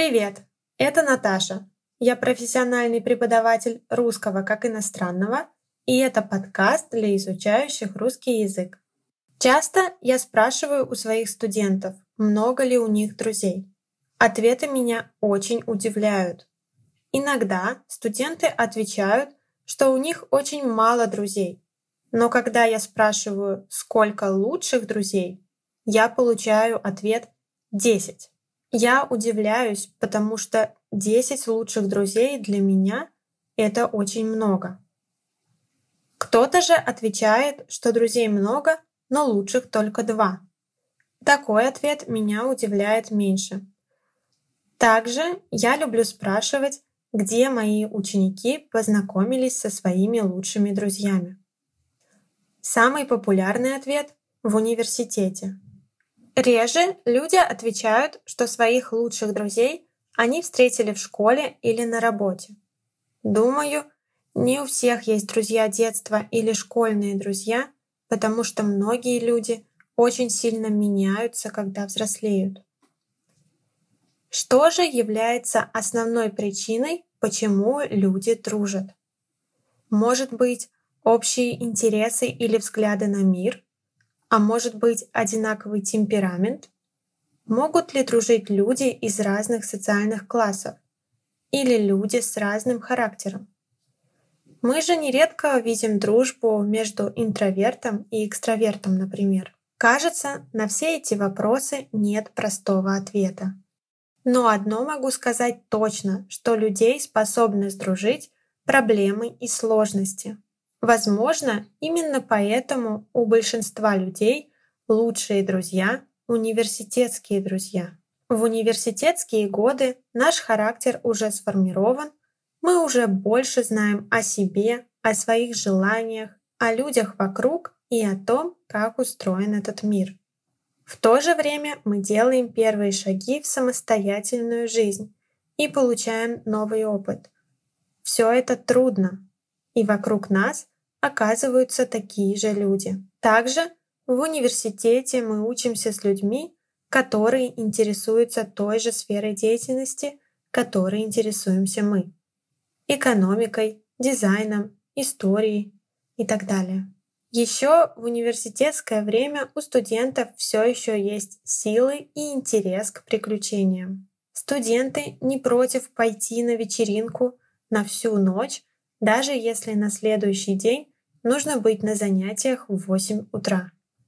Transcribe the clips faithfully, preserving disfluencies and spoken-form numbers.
Привет, это Наташа. Я профессиональный преподаватель русского как иностранного, и это подкаст для изучающих русский язык. Часто я спрашиваю у своих студентов, много ли у них друзей. Ответы меня очень удивляют. Иногда студенты отвечают, что у них очень мало друзей. Но когда я спрашиваю, сколько лучших друзей, я получаю ответ десять. Я удивляюсь, потому что десять лучших друзей для меня — это очень много. Кто-то же отвечает, что друзей много, но лучших только два. Такой ответ меня удивляет меньше. Также я люблю спрашивать, где мои ученики познакомились со своими лучшими друзьями. Самый популярный ответ — в университете. Реже люди отвечают, что своих лучших друзей они встретили в школе или на работе. Думаю, не у всех есть друзья детства или школьные друзья, потому что многие люди очень сильно меняются, когда взрослеют. Что же является основной причиной, почему люди дружат? Может быть, общие интересы или взгляды на мир? А может быть, одинаковый темперамент? Могут ли дружить люди из разных социальных классов? Или люди с разным характером? Мы же нередко видим дружбу между интровертом и экстравертом, например. Кажется, на все эти вопросы нет простого ответа. Но одно могу сказать точно, что людей способны сдружить проблемы и сложности. Возможно, именно поэтому у большинства людей лучшие друзья — университетские друзья. В университетские годы наш характер уже сформирован, мы уже больше знаем о себе, о своих желаниях, о людях вокруг и о том, как устроен этот мир. В то же время мы делаем первые шаги в самостоятельную жизнь и получаем новый опыт. Все это трудно, и вокруг нас оказываются такие же люди. Также в университете мы учимся с людьми, которые интересуются той же сферой деятельности, которой интересуемся мы. Экономикой, дизайном, историей и так далее. Еще в университетское время у студентов все еще есть силы и интерес к приключениям. Студенты не против пойти на вечеринку на всю ночь, даже если на следующий день нужно быть на занятиях в восемь утра.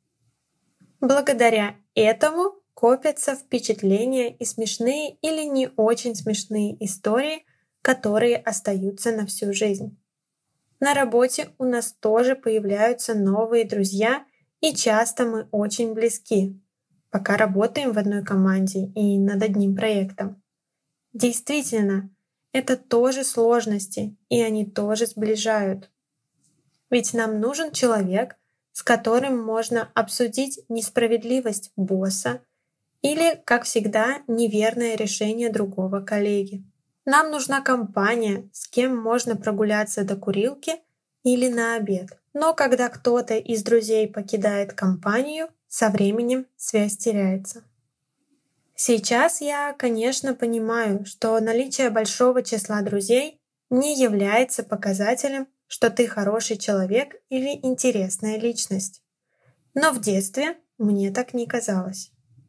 Благодаря этому копятся впечатления и смешные или не очень смешные истории, которые остаются на всю жизнь. На работе у нас тоже появляются новые друзья, и часто мы очень близки, пока работаем в одной команде и над одним проектом. Действительно, это тоже сложности, и они тоже сближают. Ведь нам нужен человек, с которым можно обсудить несправедливость босса или, как всегда, неверное решение другого коллеги. Нам нужна компания, с кем можно прогуляться до курилки или на обед. Но когда кто-то из друзей покидает компанию, со временем связь теряется. Сейчас я, конечно, понимаю, что наличие большого числа друзей не является показателем, что ты хороший человек или интересная личность. Но в детстве мне так не казалось.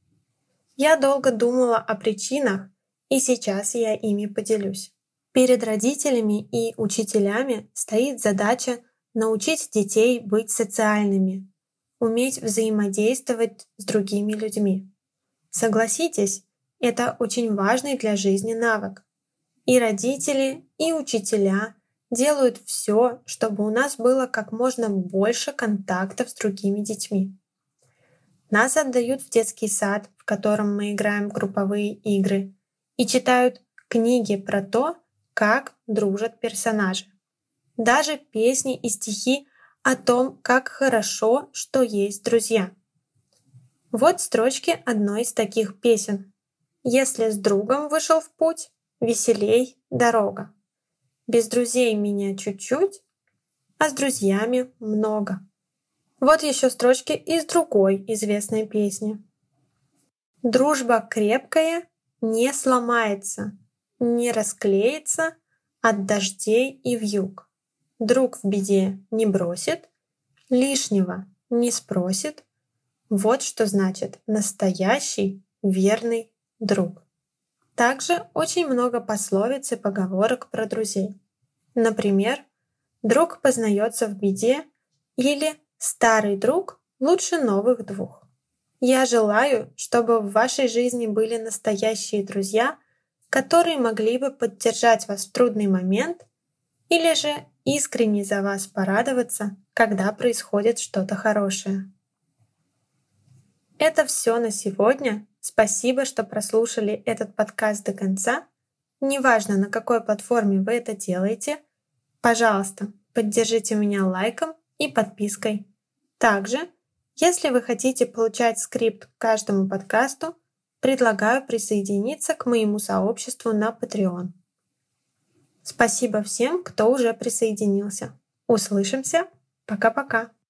Я долго думала о причинах, и сейчас я ими поделюсь. Перед родителями и учителями стоит задача научить детей быть социальными, уметь взаимодействовать с другими людьми. Согласитесь, это очень важный для жизни навык. И родители, и учителя делают все, чтобы у нас было как можно больше контактов с другими детьми. Нас отдают в детский сад, в котором мы играем в групповые игры, и читают книги про то, как дружат персонажи. Даже песни и стихи о том, как хорошо, что есть друзья. Вот строчки одной из таких песен. «Если с другом вышел в путь, веселей дорога. Без друзей меня чуть-чуть, а с друзьями много». Вот еще строчки из другой известной песни. «Дружба крепкая, не сломается, не расклеится от дождей и вьюг. Друг в беде не бросит, лишнего не спросит. Вот что значит настоящий верный друг. Также очень много пословиц и поговорок про друзей. Например, «друг познается в беде» или «старый друг лучше новых двух». Я желаю, чтобы в вашей жизни были настоящие друзья, которые могли бы поддержать вас в трудный момент или же искренне за вас порадоваться, когда происходит что-то хорошее. Это все на сегодня. Спасибо, что прослушали этот подкаст до конца. Неважно, на какой платформе вы это делаете, пожалуйста, поддержите меня лайком и подпиской. Также, если вы хотите получать скрипт к каждому подкасту, предлагаю присоединиться к моему сообществу на Patreon. Спасибо всем, кто уже присоединился. Услышимся. Пока-пока.